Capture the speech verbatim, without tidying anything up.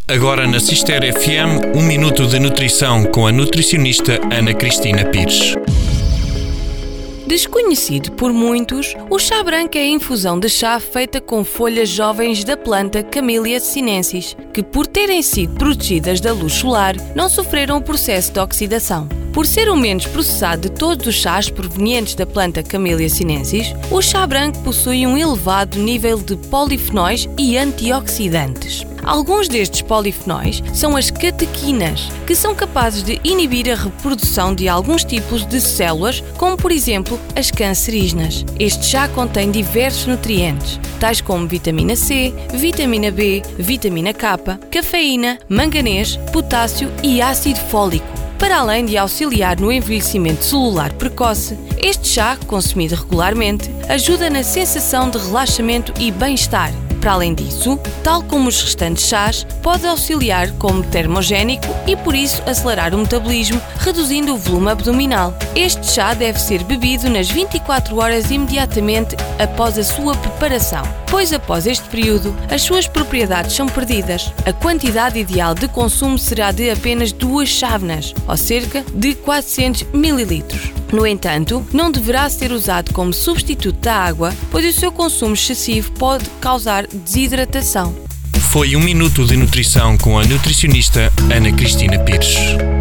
Agora na Cister F M, um minuto de nutrição com a nutricionista Ana Cristina Pires. Desconhecido por muitos, o chá branco é a infusão de chá feita com folhas jovens da planta Camellia sinensis, que por terem sido protegidas da luz solar, não sofreram o processo de oxidação. Por ser o menos processado de todos os chás provenientes da planta Camellia sinensis, o chá branco possui um elevado nível de polifenóis e antioxidantes. Alguns destes polifenóis são as catequinas, que são capazes de inibir a reprodução de alguns tipos de células, como por exemplo as cancerígenas. Este chá contém diversos nutrientes, tais como vitamina C, vitamina B, vitamina K, cafeína, manganês, potássio e ácido fólico. Para além de auxiliar no envelhecimento celular precoce, este chá, consumido regularmente, ajuda na sensação de relaxamento e bem-estar. Para além disso, tal como os restantes chás, pode auxiliar como termogénico e por isso acelerar o metabolismo, reduzindo o volume abdominal. Este chá deve ser bebido nas vinte e quatro horas imediatamente após a sua preparação, pois após este período, as suas propriedades são perdidas. A quantidade ideal de consumo será de apenas duas chávenas, ou cerca de quatrocentos mililitros. No entanto, não deverá ser usado como substituto da água, pois o seu consumo excessivo pode causar desidratação. Foi um minuto de nutrição com a nutricionista Ana Cristina Pires.